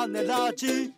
ネラジ。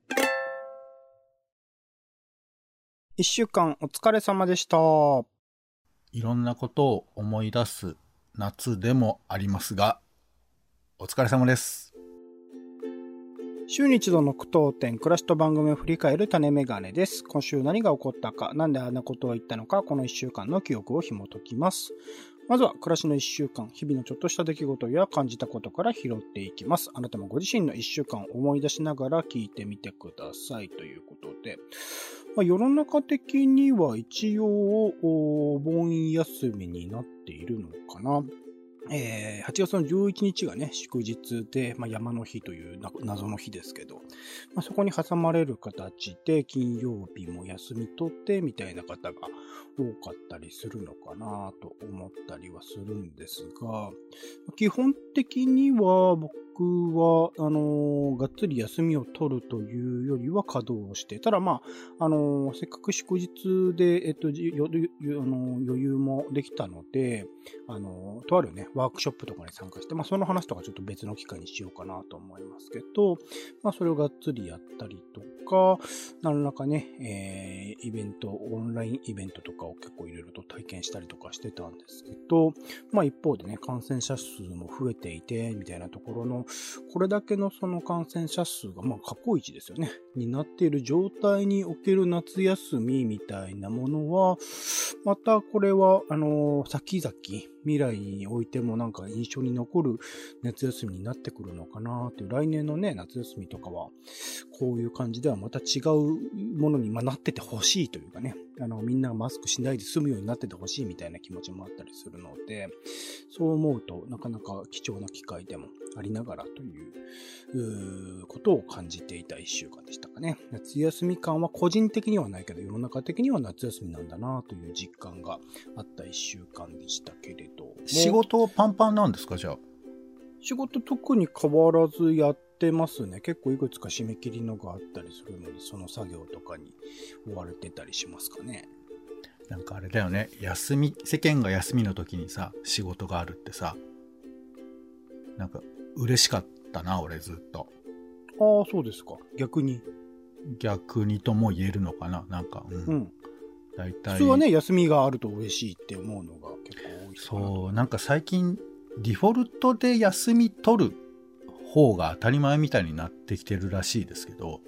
一週間お疲れ様でした。 いろんなことを思い出す夏でもありますが、お疲れ様です。 週に一度の句読点、暮らしと番組を振り返る種メガネです。今週何が起こったか、なんであんなことを言ったのか、この一週間の記憶を紐解きます。まずは暮らしの一週間、日々のちょっとした出来事や感じたことから拾っていきます。あなたもご自身の一週間を思い出しながら聞いてみてくださいということで、世の中的には一応お盆休みになっているのかな。8月の11日がね、祝日で、山の日という謎の日ですけど、そこに挟まれる形で金曜日も休み取ってみたいな方が多かったりするのかなと思ったりはするんですが、基本的には僕は、がっつり休みを取るというよりは稼働をして、ただせっかく祝日で、余裕もできたので、とあるね、ワークショップとかに参加して、その話とかちょっと別の機会にしようかなと思いますけど、それをがっつりやったりとか、何らかね、イベント、オンラインイベントとかを結構いろいろと体験したりとかしてたんですけど、一方でね、感染者数も増えていて、みたいなところの、これだけのその感染者数が、過去一ですよね、になっている状態における夏休みみたいなものは、またこれは、先々、未来においてもなんか印象に残る夏休みになってくるのかなという、来年のね、夏休みとかは、こういう感じではまた違うものになっててほしいというかね、みんながマスクしないで済むようになっててほしいみたいな気持ちもあったりするので、そう思うとなかなか貴重な機会でもありながらということを感じていた一週間でしたかね。夏休み感は個人的にはないけど、世の中的には夏休みなんだなという実感があった一週間でしたけれど。 仕事パンパンなんですか、じゃあ。 仕事特に変わらずやってますね。結構いくつか締め切りのがあったりするので、その作業とかに追われてたりしますかね。 なんかあれだよね、世間が休みの時にさ、仕事があるってさ、なんか嬉しかったな、俺ずっと。 ああ、そうですか。逆にとも言えるのかな、なんか、大体普通はね、休みがあると嬉しいって思うのが結構多い。 そう、なんか最近デフォルトで休み取る方が当たり前みたいになってきてるらしいですけど、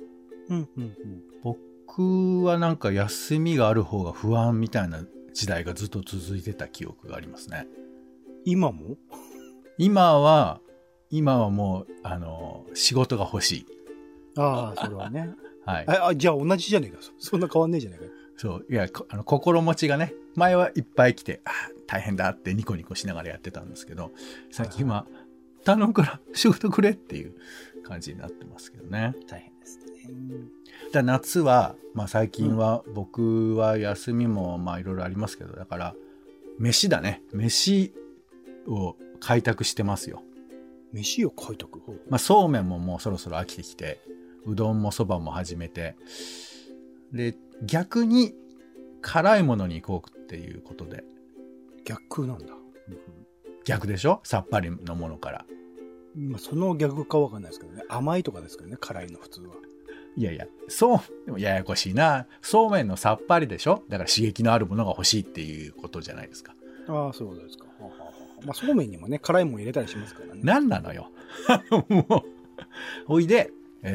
僕はなんか休みがある方が不安みたいな時代がずっと続いてた記憶がありますね。 今も？ 今はもう仕事が欲しい。 ああ、それはね。 はい。 じゃあ同じじゃねえか。そんな変わんねえじゃねえか。 そう、いや、心持ちがね、前はいっぱい来て、大変だってニコニコしながらやってたんですけど、最近は頼むから仕事くれっていう感じになってますけどね。 大変ですね。 夏は、最近は僕は休みもいろいろありますけど、だから飯だね。飯を開拓してますよ。 飯を開拓？ そうめんももうそろそろ飽きてきて、うどんもそばも始めて、で逆に辛いものに行こうっていうことで。 逆なんだ。 逆でしょ？さっぱりのものから。 その逆かわかんないですけどね。甘いとかですけどね、辛いの普通は。 いやいや、でもややこしいな。そうめんのさっぱりでしょ？だから刺激のあるものが欲しいっていうことじゃないですか。 ああ、そういうことですか。そうめんにもね、辛いもん入れたりしますからね。 なんなのよ。もう。おいで、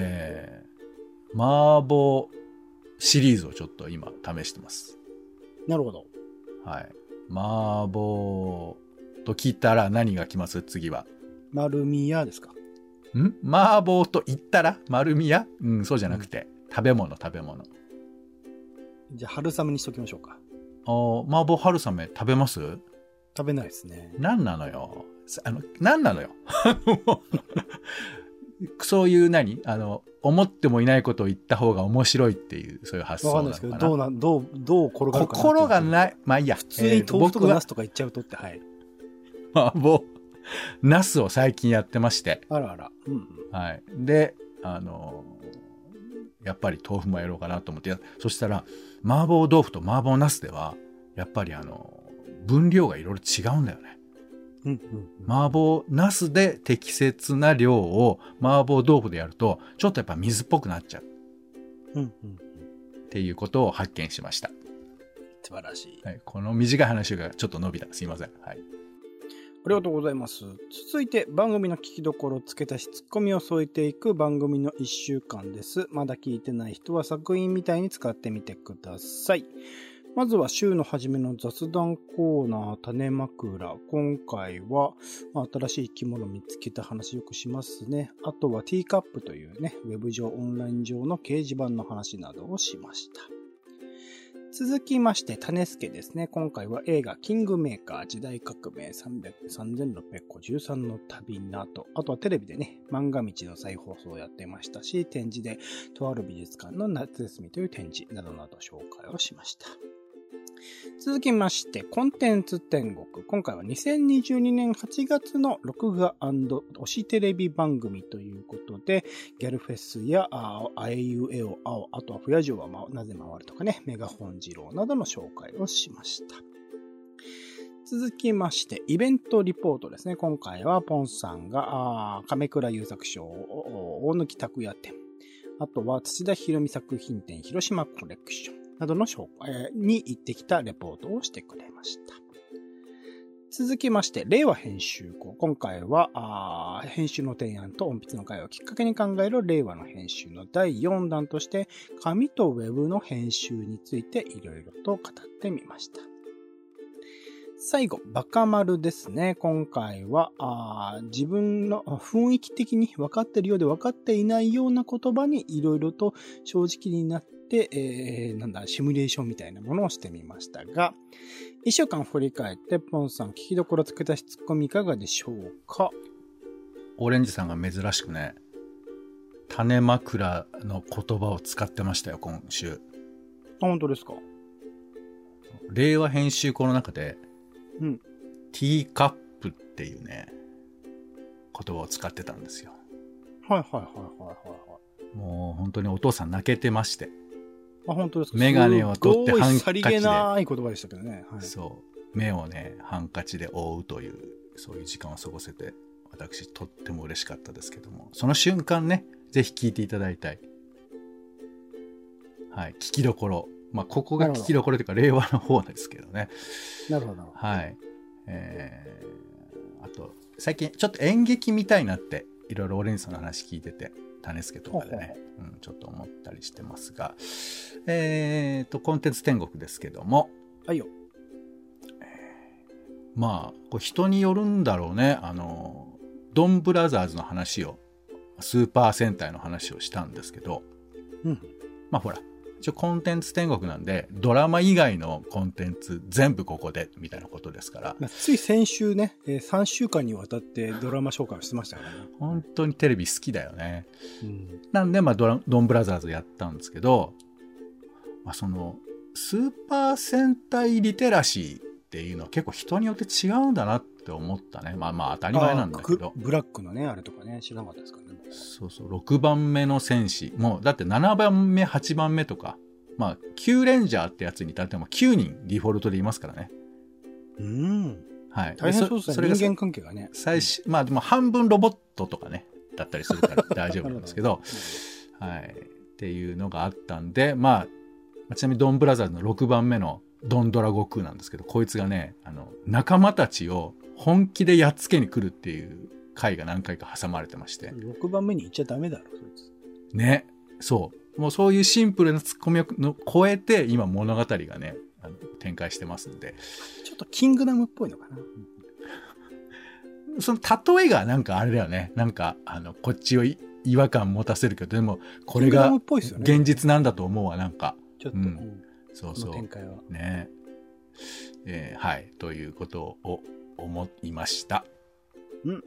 麻婆シリーズをちょっと今試してます。 なるほど。 はい。麻婆と聞いたら何が来ます？次は。 丸見屋ですか？ 麻婆と言ったら丸見屋？そうじゃなくて、食べ物。 じゃあ春雨にしときましょうか。 麻婆春雨食べます？ 食べないですね。 なんなのよ。そういう思ってもいないことを言った方が面白いっていう、そういう発想なのかな。わかんないですけど、 どう転がるかな。 心がない。いいや。 普通に豆腐とかナスとか言っちゃうとって、はい。 麻婆ナスを最近やってまして。 あらあら。 はい。で、やっぱり豆腐もやろうかなと思って、そしたら、麻婆豆腐と麻婆ナスでは、やっぱり分量がいろいろ違うんだよね。 麻婆茄子で適切な量を麻婆豆腐でやると、ちょっとやっぱ水っぽくなっちゃう。っていうことを発見しました。 素晴らしい。 はい、この短い話がちょっと伸びた。すいません。はい。 ありがとうございます。続いて番組の聞きどころ、付け足しツッコミを添えていく番組の1週間です。まだ聞いてない人は作品みたいに使ってみてください。まずは週の初めの雑談コーナー、種枕。今回は、新しい生き物を見つけた話よくしますね。あとはティーカップというね、ウェブ上、オンライン上の掲示板の話などをしました。続きまして、種助ですね。今回は映画、キングメーカー時代革命3653の旅など、あとはテレビでね、漫画道の再放送をやってましたし、展示で、とある美術館の夏休みという展示などなど紹介をしました。続きまして、コンテンツ天国。今回は2022年8月の録画&推しテレビ番組ということで、ギャルフェスやあえいうえおあお、あとは不夜城はなぜ回るとかね、メガホン二郎などの紹介をしました。続きまして、イベントリポートですね。今回はポンさんが亀倉優作賞大貫拓也展、あとは土田博美作品展広島コレクションなどの紹介に行ってきたレポートをしてくれました。続きまして、令和編集後。今回は編集の提案と音筆の会をきっかけに考える令和の編集の第4弾として、紙とウェブの編集についていろいろと語ってみました。最後、バカ丸ですね。今回は自分の雰囲気的に分かっているようで分かっていないような言葉にいろいろと正直になって、シミュレーションみたいなものをしてみましたが、一週間振り返って、ポンさん、聞きどころ付け足しツッコミいかがでしょうか？ オレンジさんが珍しくね、種枕の言葉を使ってましたよ、今週。 本当ですか？ 令和編集校の中で、 ティーカップっていうね、言葉を使ってたんですよ。 はい。 もう本当にお父さん泣けてまして。 本当ですか？ メガネを取ってハンカチで。 さりげない言葉でしたけどね。はい、 そう。目をね、ハンカチで覆うという、そういう時間を過ごせて、私とっても嬉しかったですけども、その瞬間ね、ぜひ聞いていただいたい。はい。聞きどころ。ここが聞きどころというか、令和の方ですけどね。 なるほど。 はい。あと、最近ちょっと演劇見たいなって、いろいろオレンジさんの話聞いてて、種助とかでね、ちょっと思ったりしてますが、コンテンツ天国ですけども、 はいよ。 これ人によるんだろうね。ドンブラザーズの話を、スーパー戦隊の話をしたんですけど、ほら、一応コンテンツ天国なんで、ドラマ以外のコンテンツ全部ここで、みたいなことですから。 つい先週ね、3週間にわたってドラマ紹介をしてましたからね。 本当にテレビ好きだよね。なんで、ドンブラザーズやったんですけど、その、スーパー戦隊リテラシーっていうのは結構人によって違うんだなって思ったね。当たり前なんだけど。 ブラックのね、あれとかね、知らなかったですからね。 そうそう、6番目の戦士。もう、だって7番目、8番目とか、9レンジャーってやつに至っても9人デフォルトでいますからね。はい。 大変そうですね、人間関係がね。 でも半分ロボットとかね、だったりするから大丈夫なんですけど、はい。っていうのがあったんで、ちなみにドンブラザーズの6番目のドンドラ悟空なんですけど、こいつがね、仲間たちを本気でやっつけに来るっていう回が何回か挟まれてまして。 6番目に行っちゃダメだろ、そいつ。 ね。そう。もうそういうシンプルなツッコミを超えて、今物語がね、展開してますんで。 ちょっとキングダムっぽいのかな。 その例えがなんかあれだよね。なんか、こっちを違和感持たせるけど、でも、これが現実なんだと思うわ、なんか。 ちょっと、 そうそう。 展開は。 ね。はい。ということを思いました。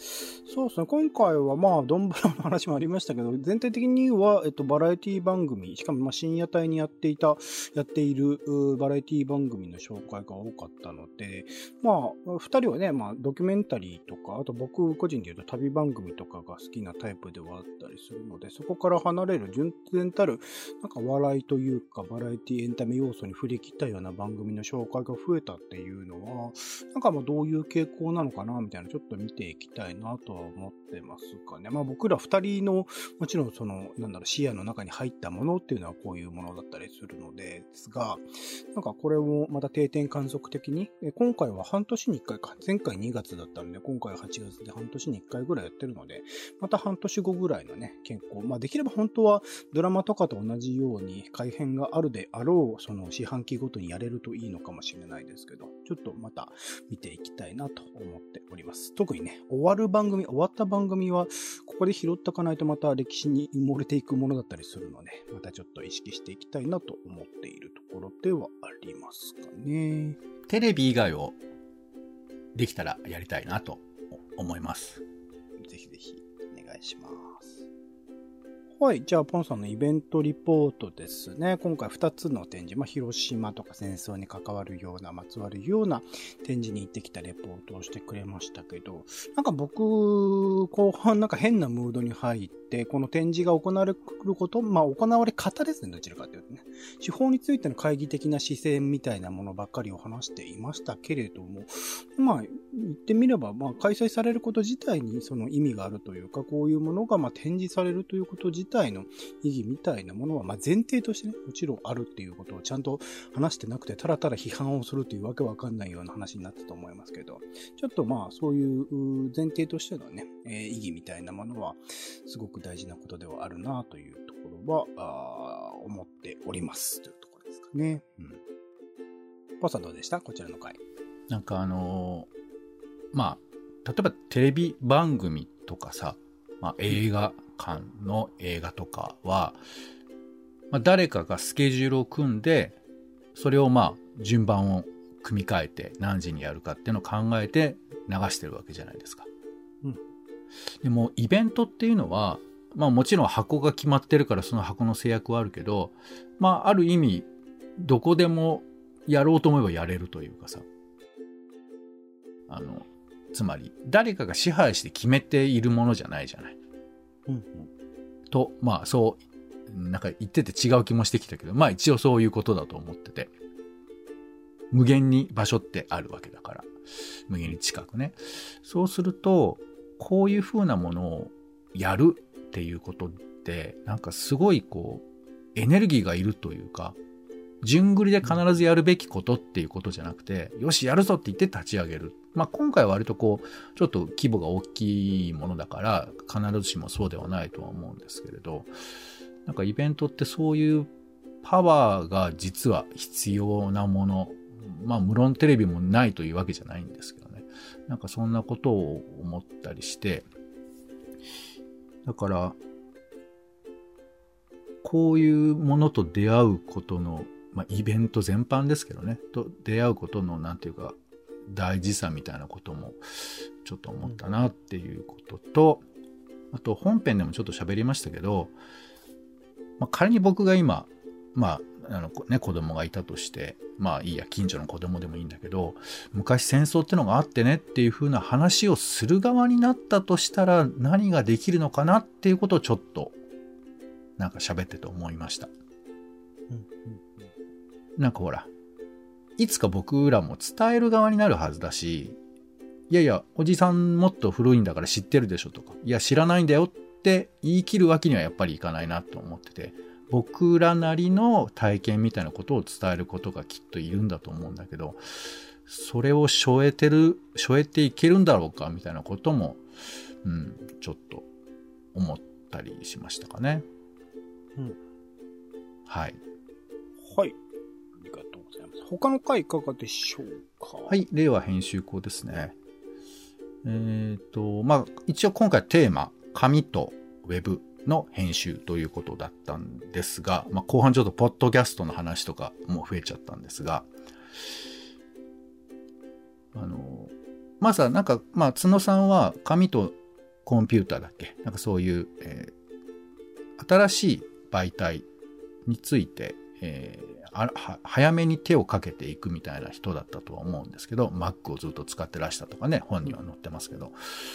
そうですね。今回はまあ、ドンブラの話もありましたけど、全体的には、バラエティ番組、しかもまあ深夜帯にやっているバラエティ番組の紹介が多かったので、まあ、二人はね、まあ、ドキュメンタリーとか、あと僕個人で言うと旅番組とかが好きなタイプではあったりするので、そこから離れる純然たる、なんか笑いというか、バラエティエンタメ要素に振り切ったような番組の紹介が増えたっていうのは、なんかまあどういう傾向なのかな、みたいなちょっと見ていきたいなとは思ってますかね。まあ僕ら二人の、もちろんその、視野の中に入ったものっていうのはこういうものだったりするのですが、なんかこれをまた定点観測的に、今回は半年に1回か、前回2月だったので、今回は8月で半年に1回ぐらいやってるので、また半年後ぐらいのね、健康。まあできれば本当はドラマとかと同じように改編があるであろう、その四半期ごとにやれるといいのかもしれないですけど、ちょっとまた見ていきたいなと思っております。特にね、終わった番組は、ここで拾っておかないとまた歴史に埋もれていくものだったりするので、またちょっと意識していきたいなと思っているところではありますかね。 テレビ以外をできたらやりたいなと思います。 ぜひぜひお願いします。はい。じゃあ、ポンさんのイベントリポートですね。今回2つの展示、まあ、広島とか戦争に関わるような、まつわるような展示に行ってきたレポートをしてくれましたけど、なんか僕、後半なんか変なムードに入って、この展示が行われること、まあ、行われ方ですね、どちらかというとね。手法についての懐疑的な視線みたいなものばっかりを話していましたけれども、まあ、言ってみれば、まあ、開催されること自体にその意味があるというか、こういうものがまあ展示されるということ自体の意義みたいなものは、まあ前提としてね、もちろんあるっていうことをちゃんと話してなくて、ただただ批判をするというわけわかんないような話になったと思いますけど、ちょっとまあそういう前提としてのね、意義みたいなものは、すごく大事なことではあるなというところは、思っておりますというところですかね。うん。ポさんどうでしたこちらの回。 なんかまあ、例えばテレビ番組とかさ、まあ映画館の映画とかは、まあ誰かがスケジュールを組んで、それをまあ順番を組み替えて何時にやるかっていうのを考えて流してるわけじゃないですか。 うん。 でもイベントっていうのは、まあもちろん箱が決まってるからその箱の制約はあるけど、まあある意味どこでもやろうと思えばやれるというかさ、つまり誰かが支配して決めているものじゃないじゃない。 うんうん、 と、まあそうなんか言ってて違う気もしてきたけど、まあ一応そういうことだと思ってて、無限に場所ってあるわけだから、無限に近くね。そうするとこういう風なものをやるっていうことってなんかすごいこうエネルギーがいるというか、順繰りで必ずやるべきことっていうことじゃなくて、よしやるぞって言って立ち上げる。まあ今回は割とこうちょっと規模が大きいものだから必ずしもそうではないとは思うんですけれど、なんかイベントってそういうパワーが実は必要なもの、まあ無論テレビもないというわけじゃないんですけどね、なんかそんなことを思ったりして、だからこういうものと出会うことの、まあイベント全般ですけどね、と出会うことのなんていうか大事さみたいなこともちょっと思ったなっていうことと、あと本編でもちょっと喋りましたけど、まあ、仮に僕が今、まあ子供がいたとして、まあいいや、近所の子供でもいいんだけど、昔戦争ってのがあってねっていう風な話をする側になったとしたら何ができるのかなっていうことをちょっとなんか喋ってて思いました。なんかほら、いつか僕らも伝える側になるはずだし、いやいや、おじさんもっと古いんだから知ってるでしょとか、いや知らないんだよって言い切るわけにはやっぱりいかないなと思ってて、僕らなりの体験みたいなことを伝えることがきっといるんだと思うんだけど、それを背負えていけるんだろうかみたいなことも、ちょっと思ったりしましたかね。はい。 はい。ありがとうございます。他の回いかがでしょうか。 はい。令和編集校ですね。まあ、一応今回テーマ、紙とウェブの編集ということだったんですが、まあ、後半ちょっとポッドキャストの話とかも増えちゃったんですが、 まずはなんか、まあ、角さんは紙とコンピューターだっけ、なんかそういう、新しい媒体について、早めに手をかけていくみたいな人だったとは思うんですけど、Mac をずっと使ってらしたとかね、本には載ってますけど、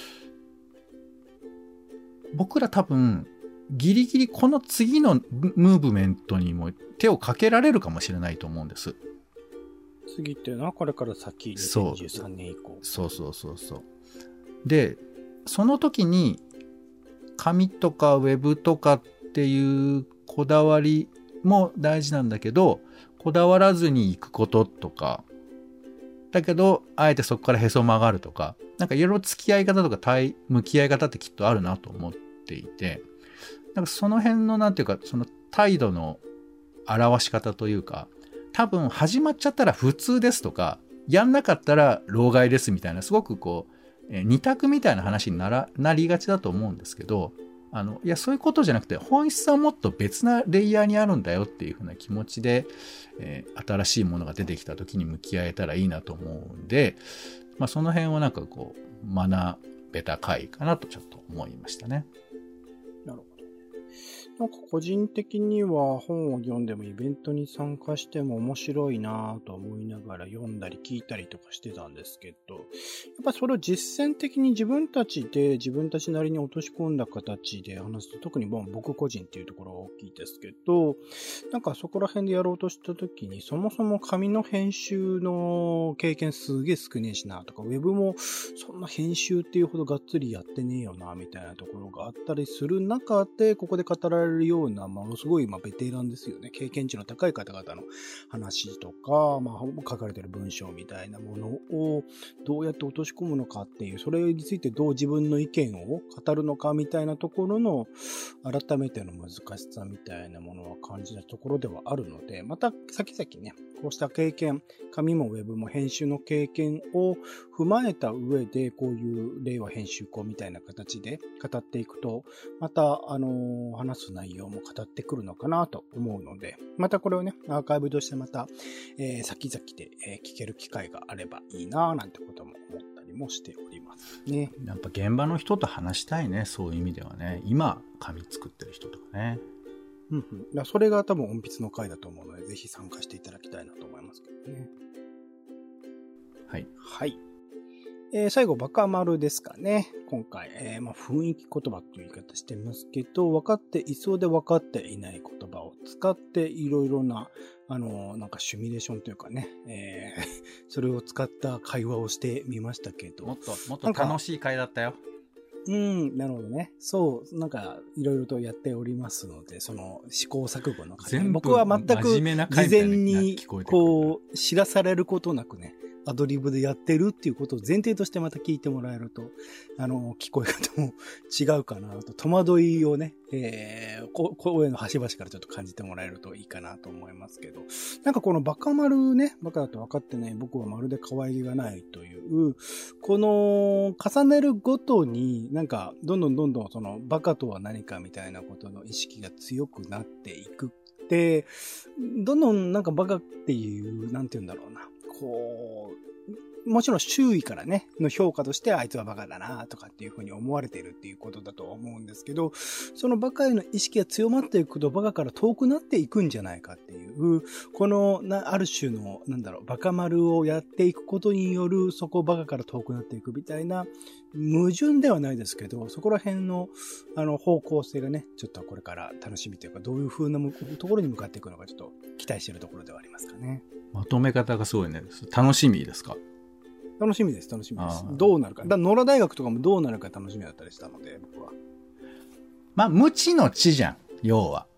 僕ら多分ギリギリこの次のムーブメントにも手をかけられるかもしれないと思うんです。 次っていうのはこれから先2023年以降。 そうそうそうそう。で、その時に紙とかウェブとかっていうこだわりも大事なんだけど、こだわらずに行くこととか、だけどあえてそこからへそ曲がるとか、なんかいろいろ付き合い方とか向き合い方ってきっとあるなと思っていて、なんかその辺のなんていうか、その態度の表し方というか、多分始まっちゃったら普通ですとか、やんなかったら老害ですみたいな、すごくこう二択みたいな話になりがちだと思うんですけど、いやそういうことじゃなくて、本質はもっと別なレイヤーにあるんだよっていう風な気持ちで、新しいものが出てきた時に向き合えたらいいなと思うんで、まあその辺をなんかこう学べた回かなとちょっと思いましたね。 なるほど。なんか個人的には本を読んでもイベントに参加しても面白いなぁと思いながら読んだり聞いたりとかしてたんですけど、やっぱそれを実践的に自分たちなりに落とし込んだ形で話すと、特に僕個人っていうところが大きいですけど、なんかそこら辺でやろうとした時に、そもそも紙の編集の経験すげえ少ねえしなとか、ウェブもそんな編集っていうほどがっつりやってねえよなみたいなところがあったりする中で、ここで語られるようなものすごいベテランですよね。経験値の高い方々の話とか、書かれている文章みたいなものをどうやって落とし込むのかっていう、それについてどう自分の意見を語るのかみたいなところの改めての難しさみたいなものは感じたところではあるので、また先々ね、こうした経験、紙もウェブも編集の経験を踏まえた上で、こういう令和編集校みたいな形で語っていくと、また話す内容も語ってくるのかなと思うので、またこれをね、アーカイブとしてまた、先々で、聞ける機会があればいいなぁなんてことも思ったりもしておりますね。 やっぱ現場の人と話したいね、そういう意味ではね。今紙作ってる人とかね。 それが多分音筆の回だと思うので、ぜひ参加していただきたいなと思いますけどね。 はい。 はい。最後、バカ丸ですかね。今回、雰囲気言葉という言い方してますけど、分かっていそうで分かっていない言葉を使っていろいろな、なんかシミュレーションというかね、それを使った会話をしてみましたけど。 もっと楽しい会だったよ。 なるほどね。そう、なんか、いろいろとやっておりますので、その試行錯誤の過程、僕は全く事前に、こう、知らされることなくね、アドリブでやってるっていうことを前提としてまた聞いてもらえると、聞こえ方も違うかなと、戸惑いをね、声の端々からちょっと感じてもらえるといいかなと思いますけど、なんかこのバカ丸ね、バカだと分かってない僕はまるで可愛げがないという、この重ねるごとになんかどんどんそのバカとは何かみたいなことの意識が強くなっていくって、どんどんなんかバカっていう、なんて言うんだろうな、こう、もちろん周囲からね、の評価としてあいつはバカだなとかっていうふうに思われているっていうことだとは思うんですけど、そのバカへの意識が強まっていくとバカから遠くなっていくんじゃないかっていう、このある種の、バカ丸をやっていくことによる、そこをバカから遠くなっていくみたいな、矛盾ではないですけど、そこら辺の、方向性がね、ちょっとこれから楽しみというか、どういう風なところに向かっていくのかちょっと期待しているところではありますかね。 まとめ方がすごいね。楽しみですか？ 楽しみです。どうなるか。野良大学とかもどうなるか楽しみだったりしたので、僕は。 無知の知じゃん、要は。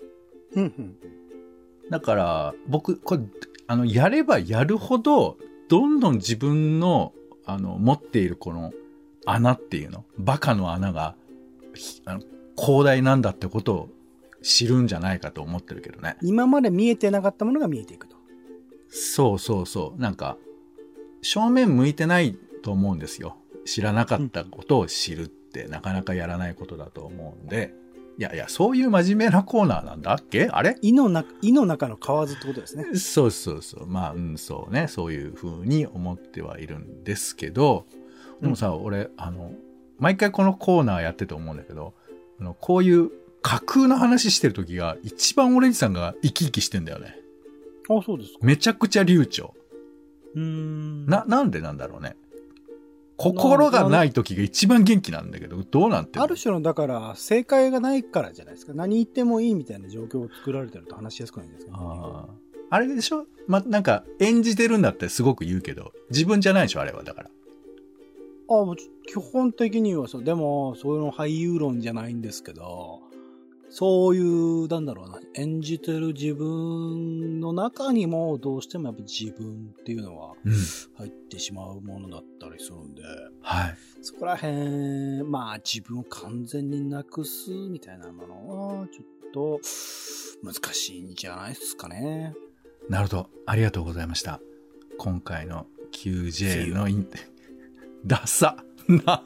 だから、僕、これ、やればやるほど、どんどん自分の、持っているこの穴っていうの、バカの穴が、広大なんだってことを知るんじゃないかと思ってるけどね。 今まで見えてなかったものが見えていくと。 そう。なんか、正面向いてないと思うんですよ。知らなかったことを知るってなかなかやらないことだと思うんで、いや、そういう真面目なコーナーなんだっけ？あれ？ 胃の中の蛙ってことですね。 そう。そうね。そういうふうに思ってはいるんですけど、 でもさ、俺、毎回このコーナーやってて思うんだけど、こういう架空の話してる時が一番オレンジさんが生き生きしてんだよね。 あ、そうですか。 めちゃくちゃ流暢。なんでなんだろうね。心がない時が一番元気なんだけど、どうなんて。 ある種の、だから、正解がないからじゃないですか。何言ってもいいみたいな状況を作られてると話しやすくないんですか。 あれでしょ、なんか、演じてるんだってすごく言うけど、自分じゃないでしょ、あれは、だから。 基本的にはそう。でも、そういうの俳優論じゃないんですけど、そういう、なんだろうな、演じてる自分の中にも、どうしてもやっぱ自分っていうのは、入ってしまうものだったりするんで、 はい。 そこら辺、まあ自分を完全になくすみたいなものは、ちょっと、難しいんじゃないですかね。 なるほど。ありがとうございました。今回の QJ のダサな。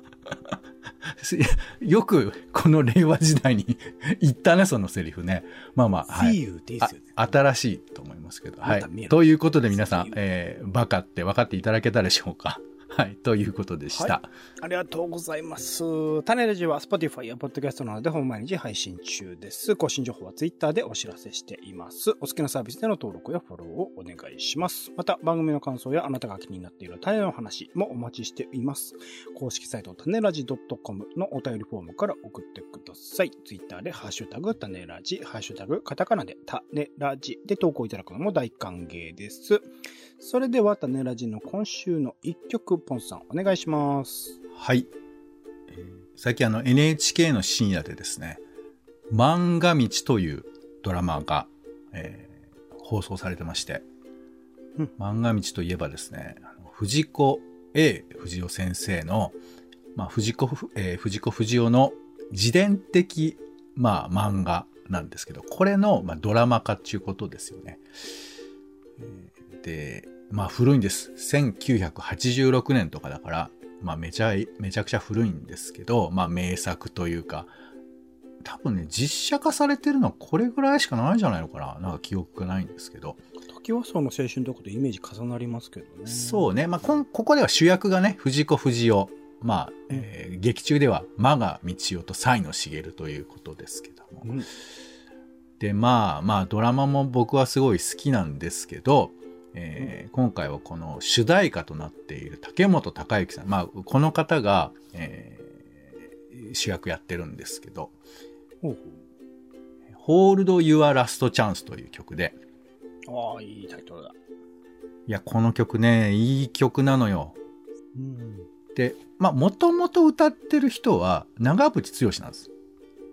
よくこの令和時代に言ったね、そのセリフね。まあまあ、はい。新しいと思いますけど。はい。ということで皆さん、バカって分かっていただけたでしょうか。はい。ということでした。 はい、ありがとうございます。種ラジは Spotify や Podcast などでほぼ毎日配信中です。更新情報は Twitter でお知らせしています。お好きなサービスでの登録やフォローをお願いします。また、番組の感想やあなたが気になっている種の話もお待ちしています。公式サイト種ラジ .com のお便りフォームから送ってください。Twitter でハッシュタグ種ラジ、ハッシュタグカタカナで種ラジで投稿いただくのも大歓迎です。それでは種ラジの今週の一曲、ポンさんお願いします。 はい。最近NHK の深夜でですね、漫画道というドラマが、放送されてまして、漫画道といえばですね、藤子 A 不二雄先生の、藤子不二雄の自伝的、漫画なんですけど、これの、ドラマ化っていうことですよね。で、古いんです。1986年とかだから、めちゃくちゃ古いんですけど、名作というか、多分ね、実写化されてるのはこれぐらいしかないんじゃないのかな。なんか記憶がないんですけど。 時はその青春とかとイメージ重なりますけどね。 そうね。ここでは主役がね、藤子不二雄。劇中では、馬賀道夫と西野茂ということですけども。で、ドラマも僕はすごい好きなんですけど、今回はこの主題歌となっている竹本孝之さん。この方が、主役やってるんですけど、Hold Your Last Chance という曲で。 ああ、いいタイトルだ。 いや、この曲ね、いい曲なのよ。で、もともと歌ってる人は長渕剛なんです。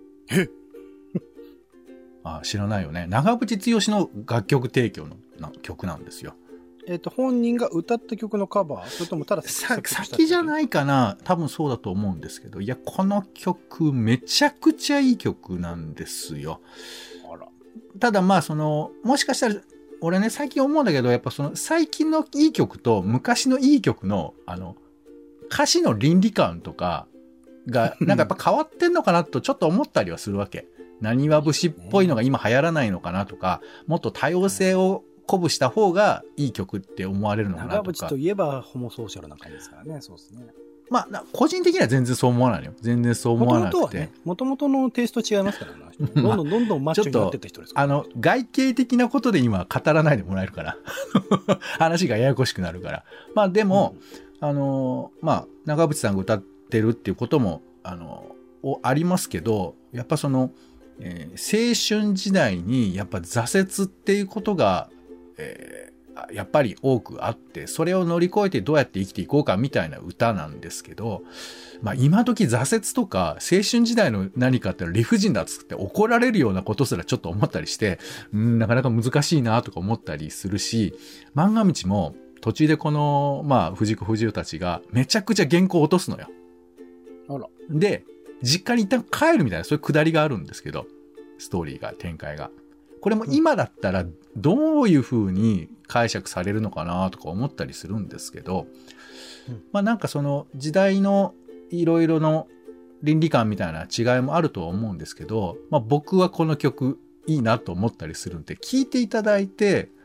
知らないよね。長渕剛の楽曲提供の曲なんですよ。 本人が歌った曲のカバー、それともただ先じゃないかな。多分そうだと思うんですけど、いや、この曲めちゃくちゃいい曲なんですよ。ただもしかしたら、俺ね、最近思うんだけど、やっぱ最近のいい曲と昔のいい曲の、歌詞の倫理観とかが、なんかやっぱ変わってんのかなとちょっと思ったりはするわけ。何わ節っぽいのが今流行らないのかなとか、もっと多様性を鼓舞した方がいい曲って思われるのかなとか。 長渕といえばホモソーシャルな感じですからね。そうですね。 個人的には全然そう思わないよ。全然そう思わなくて。 もともとのテイスト違いますからね。どんどんマッチョになってった人ですから、 外形的なことで今語らないでもらえるから。話がややこしくなるから。でも、長渕さんが歌ってるっていうことも、ありますけど、やっぱ青春時代にやっぱ挫折っていうことが、やっぱり多くあって、それを乗り越えてどうやって生きていこうかみたいな歌なんですけど、今時挫折とか青春時代の何かって理不尽だっつって怒られるようなことすらちょっと思ったりして、なかなか難しいなとか思ったりするし、漫画道も途中でこの、藤子不二雄たちがめちゃくちゃ原稿を落とすのよ。で、実家に一旦帰るみたいな、そういうくだりがあるんですけど、ストーリーが、展開が。これも今だったらどういう風に解釈されるのかなとか思ったりするんですけど、なんか時代のいろいろの倫理観みたいな違いもあるとは思うんですけど、僕はこの曲いいなと思ったりするんで、聴いていただいて、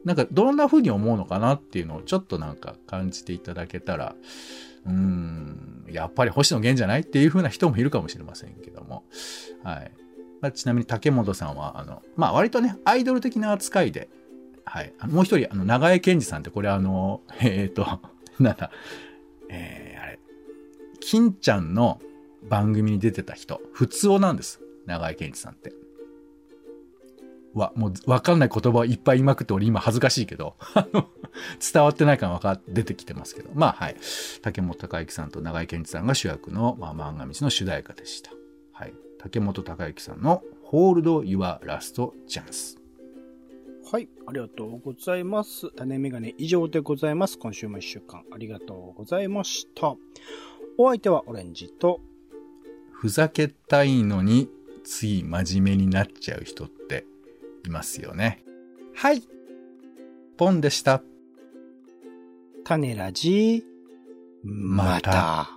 なんかどんな風に思うのかなっていうのをちょっとなんか感じていただけたら、やっぱり星野源じゃないっていう風な人もいるかもしれませんけども。はい。まあ、ちなみに竹本さんは、まあ割とね、アイドル的な扱いで、はい。もう一人、長江健二さんってこれなんだ、あれ、金ちゃんの番組に出てた人、普通男なんです。長江健二さんって。もうわかんない言葉をいっぱい言いまくって俺今恥ずかしいけど、伝わってないから出てきてますけど。まあはい。竹本孝之さんと長井健一さんが主役の、まあ、漫画道の主題歌でした。はい。竹本孝之さんの Hold Your Last Chance。 はい。ありがとうございます。種メガネ以上でございます。今週も1週間ありがとうございました。お相手はオレンジと、 ふざけたいのについ真面目になっちゃう人っていますよね。はい。ポンでした。 種ラジ、また。